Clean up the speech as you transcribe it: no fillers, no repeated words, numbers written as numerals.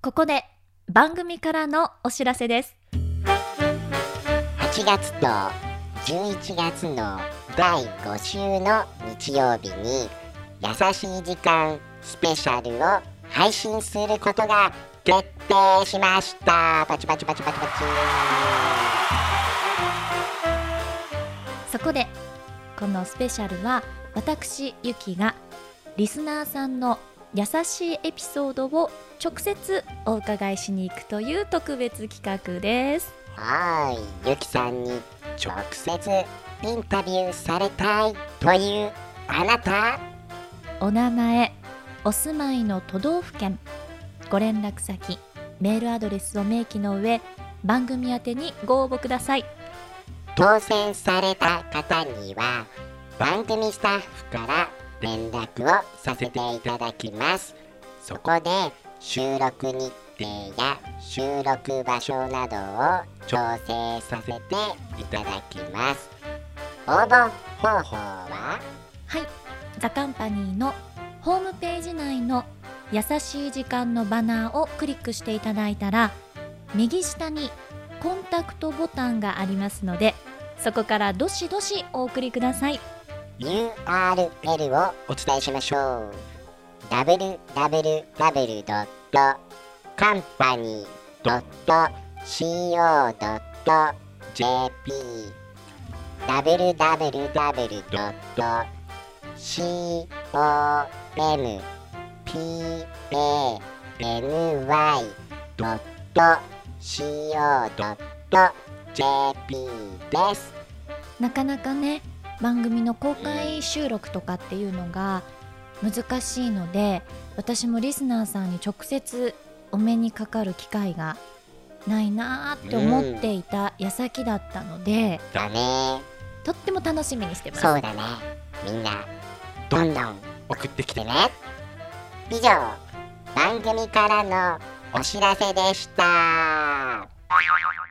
ここで番組からのお知らせです。 8月と11月の第5週の日曜日に優しい時間スペシャルを配信することが決定しました。パチパチパチパチパチ。 そこでこのスペシャルは私ゆきがリスナーさんの優しいエピソードを直接お伺いしに行くという特別企画です。 はい、ゆきさんに直接インタビューされたいというあなた、 お名前、お住まいの都道府県、ご連絡先、メールアドレスを明記の上、番組宛てにご応募ください。 当選された方には番組スタッフから連絡をさせていただきます。そこで収録日程や収録場所などを調整させていただきます。応募方法は、 はい、ザカンパニーのホームページ内の優しい時間のバナーをクリックしていただいたら、右下にコンタクトボタンがありますので、そこからどしどしお送りください。 URL をお伝えしましょう。 www.company.co.jp www.company.co.jp です。 なかなかね、番組の公開収録とかっていうのが難しいので、私もリスナーさんに直接お目にかかる機会がないなーって思っていた矢先だったので、 だね。 とっても楽しみにしてます。 そうだね。みんなどんどん送ってきてね。以上、番組からのお知らせでした。